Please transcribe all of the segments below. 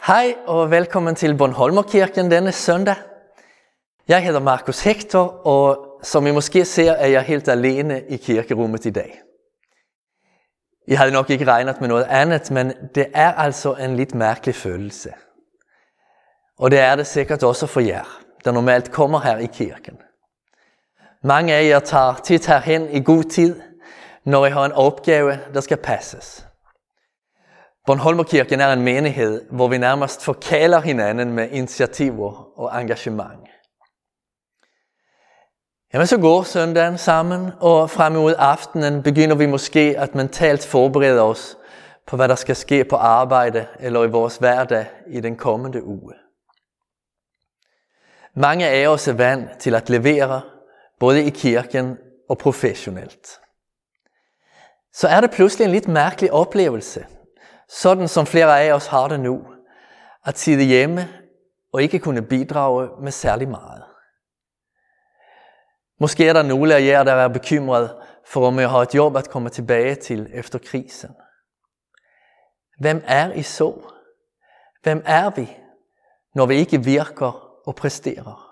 Hej og velkommen til Bornholmerkirken denne søndag. Jeg hedder Markus Hector, og som I måske ser, er jeg helt alene i kirkerummet i dag. Jeg havde nok ikke regnet med noget andet, men det er altså en lidt mærkelig følelse. Og det er det sikkert også for jer, der normalt kommer her i kirken. Mange af jer tager tit herhen i god tid, når I har en opgave, der skal passes. Bornholmerkirken er en menighed, hvor vi nærmest forkæler hinanden med initiativer og engagement. Jamen så går søndagen sammen, og frem mod aftenen begynder vi måske at mentalt forberede os på, hvad der skal ske på arbejde eller i vores hverdag i den kommende uge. Mange af os er vant til at levere, både i kirken og professionelt. Så er det pludselig en lidt mærkelig oplevelse, sådan som flere af os har det nu, at sidde hjemme og ikke kunne bidrage med særlig meget. Måske er der nogle af jer, der er bekymret for, om jeg har et job at komme tilbage til efter krisen. Hvem er I så? Hvem er vi, når vi ikke virker og præsterer?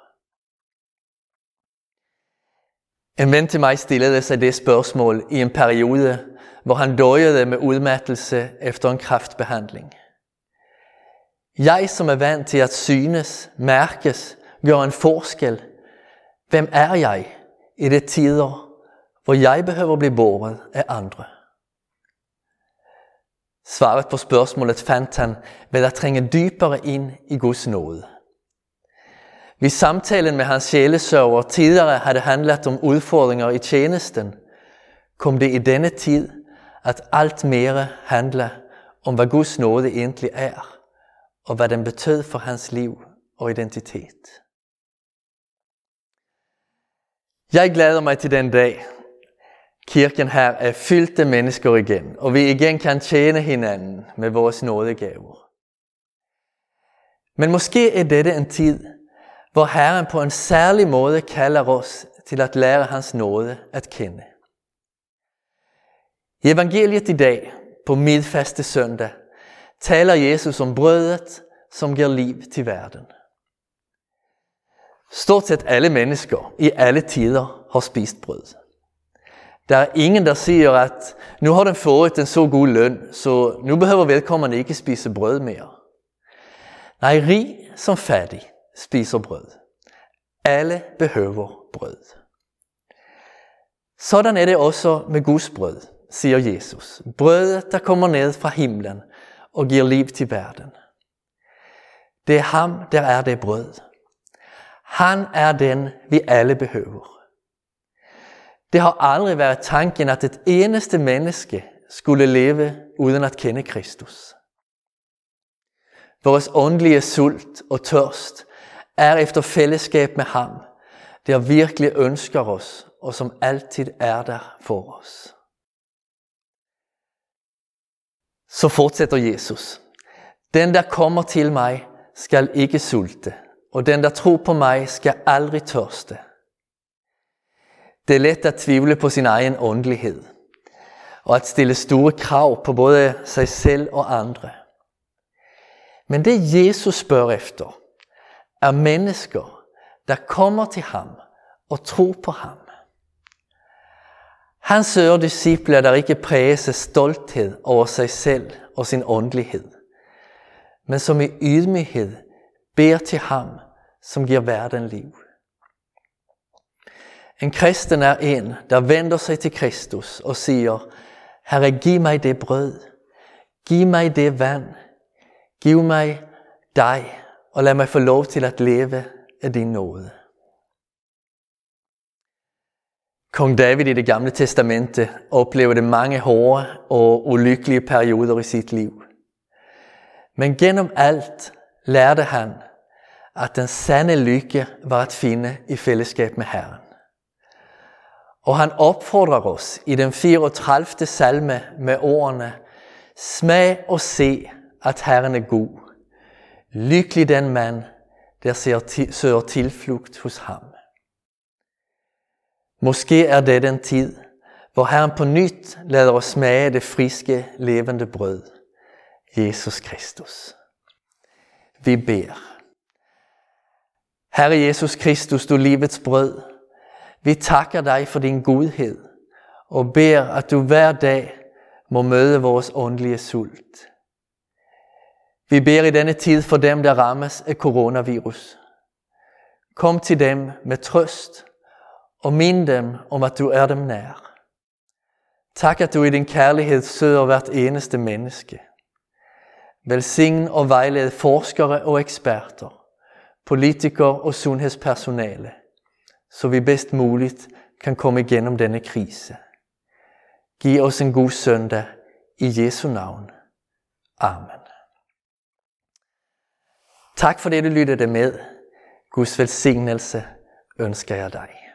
En ven til mig stillede sig det spørgsmål i en periode, hvor han døjede med udmattelse efter en kræftbehandling. Jeg, som er vant til at synes, mærkes, gør en forskel. Hvem er jeg i de tider, hvor jeg behøver blive båret af andre? Svaret på spørgsmålet fandt han ved at trænge dybere ind i Guds nåde. Ved samtalen med hans sjælesørger tidligere havde handlet om udfordringer i tjenesten, kom det i denne tid at alt mere handler om, hvad Guds nåde egentlig er, og hvad den betød for hans liv og identitet. Jeg glæder mig til den dag. Kirken her er fyldt af mennesker igen, og vi igen kan tjene hinanden med vores nådegaver. Men måske er dette en tid, hvor Herren på en særlig måde kalder os til at lære hans nåde at kende. I evangeliet i dag, på midfaste søndag, taler Jesus om brødet, som giver liv til verden. Stort set alle mennesker i alle tider har spist brød. Der er ingen, der siger, at nu har den fået en så god løn, så nu behøver vedkommende ikke spise brød mere. Nej, rig som fattig spiser brød. Alle behøver brød. Sådan er det også med Guds brød, siger Jesus. Brødet, der kommer ned fra himlen og giver liv til verden. Det er ham, der er det brød. Han er den, vi alle behøver. Det har aldrig været tanken, at et eneste menneske skulle leve uden at kende Kristus. Vores åndelige sult og tørst er efter fællesskab med ham, der virkelig ønsker os, og som altid er der for os. Så fortsætter Jesus. Den, der kommer til mig, skal ikke sulte, og den, der tror på mig, skal aldrig tørste. Det er let at tvivle på sin egen åndelighed, og at stille store krav på både sig selv og andre. Men det Jesus spørger efter, er mennesker, der kommer til ham og tror på ham. Han søger discipler, der ikke præges af stolthed over sig selv og sin åndelighed, men som i ydmyghed beder til ham, som giver verden liv. En kristen er en, der vender sig til Kristus og siger, Herre, giv mig det brød, giv mig det vand, giv mig dig, og lad mig få lov til at leve af din nåde. Kong David i det gamle testamente oplevede mange hårde og ulykkelige perioder i sit liv. Men gennem alt lærte han, at den sande lykke var at finde i fællesskab med Herren. Og han opfordrer os i den 34. salme med ordene, smag og se, at Herren er god. Lykkelig den mand, der søger tilflugt hos ham. Måske er det den tid, hvor Herren på nyt lader os smage det friske, levende brød, Jesus Kristus. Vi beder. Herre Jesus Kristus, du livets brød, vi takker dig for din godhed og beder, at du hver dag må møde vores åndelige sult. Vi beder i denne tid for dem, der rammes af coronavirus. Kom til dem med trøst og mind dem om, at du er dem nær. Tak, at du i din kærlighed søger hvert eneste menneske. Velsign og vejled forskere og eksperter, politikere og sundhedspersonale, så vi bedst muligt kan komme igennem denne krise. Giv os en god søndag i Jesu navn. Amen. Tak for det, du lyttede med. Guds velsignelse ønsker jeg dig.